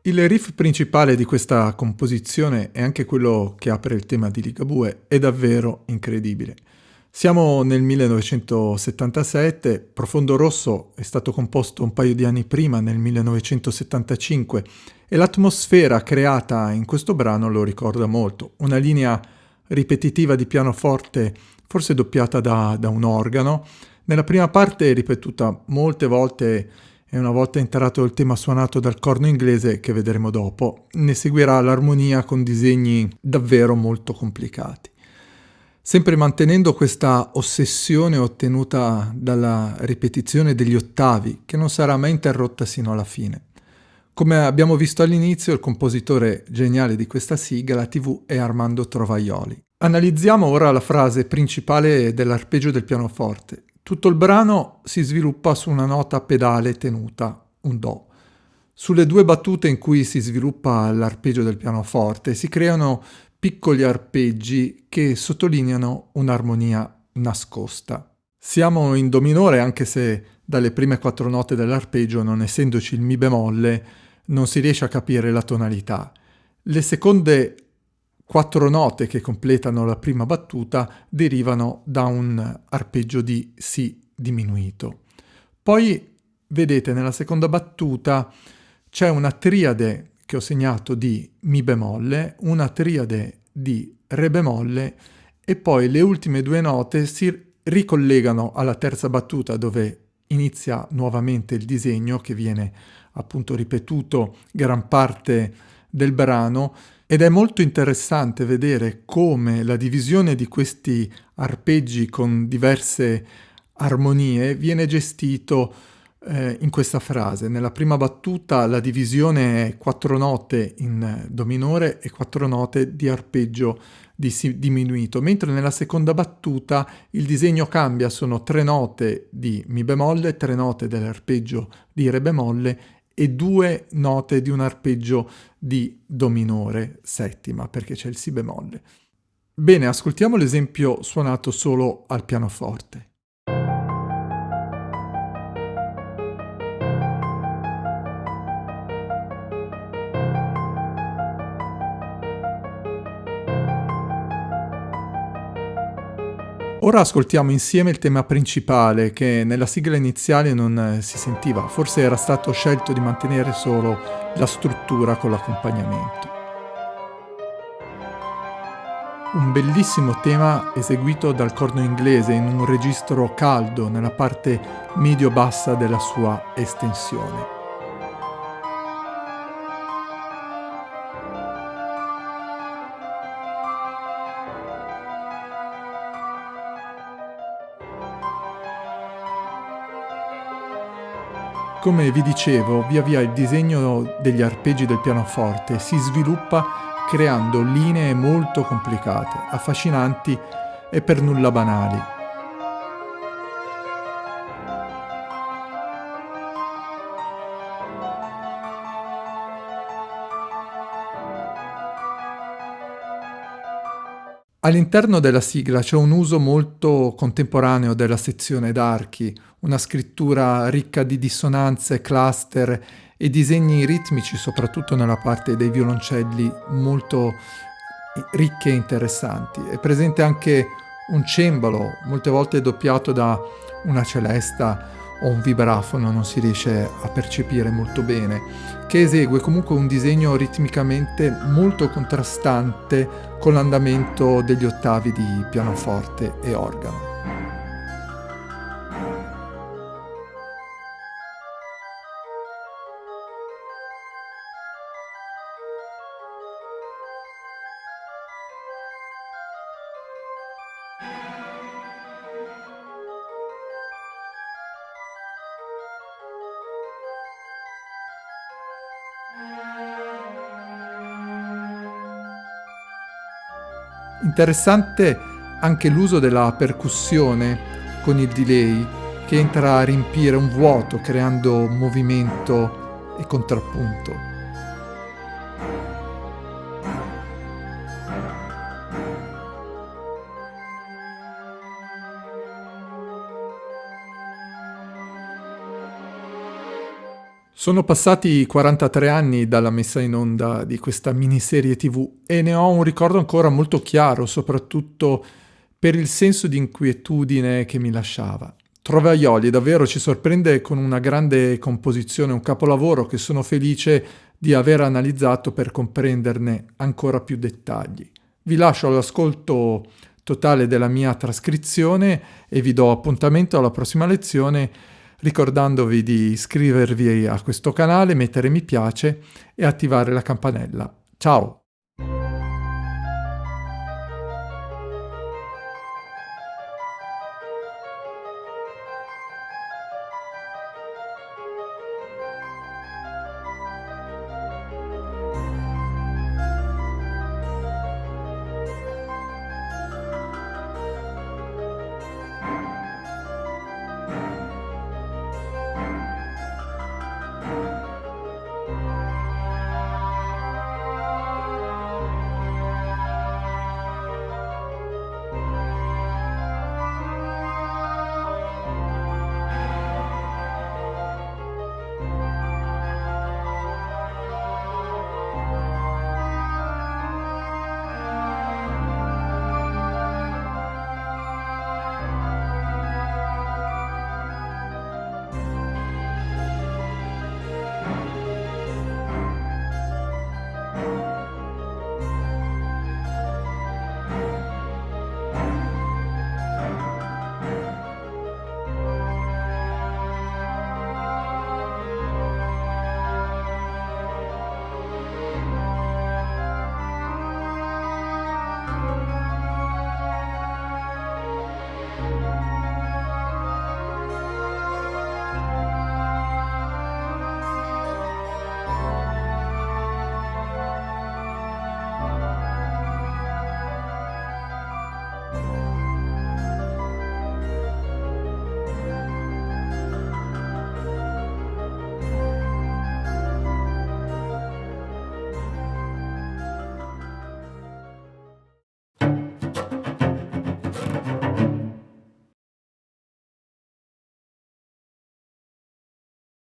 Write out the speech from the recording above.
Il riff principale di questa composizione è anche quello che apre il tema di Ligabue, è davvero incredibile. Siamo nel 1977, Profondo Rosso è stato composto un paio di anni prima, nel 1975, e l'atmosfera creata in questo brano lo ricorda molto. Una linea ripetitiva di pianoforte, forse doppiata da un organo. Nella prima parte è ripetuta molte volte e una volta entrato il tema suonato dal corno inglese, che vedremo dopo, ne seguirà l'armonia con disegni davvero molto complicati. Sempre mantenendo questa ossessione ottenuta dalla ripetizione degli ottavi, che non sarà mai interrotta sino alla fine. Come abbiamo visto all'inizio, il compositore geniale di questa sigla TV è Armando Trovaioli. Analizziamo ora la frase principale dell'arpeggio del pianoforte. Tutto il brano si sviluppa su una nota pedale tenuta, un Do. Sulle due battute in cui si sviluppa l'arpeggio del pianoforte si creano piccoli arpeggi che sottolineano un'armonia nascosta. Siamo in Do minore, anche se dalle prime 4 note dell'arpeggio, non essendoci il Mi bemolle, non si riesce a capire la tonalità. Le seconde 4 note che completano la prima battuta derivano da un arpeggio di Si diminuito. Poi, vedete, nella seconda battuta c'è una triade che ho segnato di Mi bemolle, una triade di Re bemolle e poi le ultime 2 note si ricollegano alla terza battuta, dove inizia nuovamente il disegno che viene appunto ripetuto gran parte del brano. Ed è molto interessante vedere come la divisione di questi arpeggi con diverse armonie viene gestito in questa frase. Nella prima battuta la divisione è 4 note in Do minore e 4 note di arpeggio di Si diminuito, mentre nella seconda battuta il disegno cambia, sono 3 note di Mi bemolle, 3 note dell'arpeggio di Re bemolle e 2 note di un arpeggio di Do minore settima, perché c'è il Si bemolle. Bene, ascoltiamo l'esempio suonato solo al pianoforte. Ora ascoltiamo insieme il tema principale, che nella sigla iniziale non si sentiva, forse era stato scelto di mantenere solo la struttura con l'accompagnamento. Un bellissimo tema eseguito dal corno inglese in un registro caldo nella parte medio-bassa della sua estensione. Come vi dicevo, via via il disegno degli arpeggi del pianoforte si sviluppa creando linee molto complicate, affascinanti e per nulla banali. All'interno della sigla c'è un uso molto contemporaneo della sezione d'archi, una scrittura ricca di dissonanze, cluster e disegni ritmici, soprattutto nella parte dei violoncelli, molto ricche e interessanti. È presente anche un cembalo, molte volte doppiato da una celesta o un vibrafono, non si riesce a percepire molto bene, che esegue comunque un disegno ritmicamente molto contrastante con l'andamento degli ottavi di pianoforte e organo. Interessante anche l'uso della percussione con il delay, che entra a riempire un vuoto creando movimento e contrappunto. Sono passati 43 anni dalla messa in onda di questa miniserie TV e ne ho un ricordo ancora molto chiaro, soprattutto per il senso di inquietudine che mi lasciava. Trovaioli davvero ci sorprende con una grande composizione, un capolavoro che sono felice di aver analizzato per comprenderne ancora più dettagli. Vi lascio all'ascolto totale della mia trascrizione e vi do appuntamento alla prossima lezione ricordandovi di iscrivervi a questo canale, mettere mi piace e attivare la campanella. Ciao!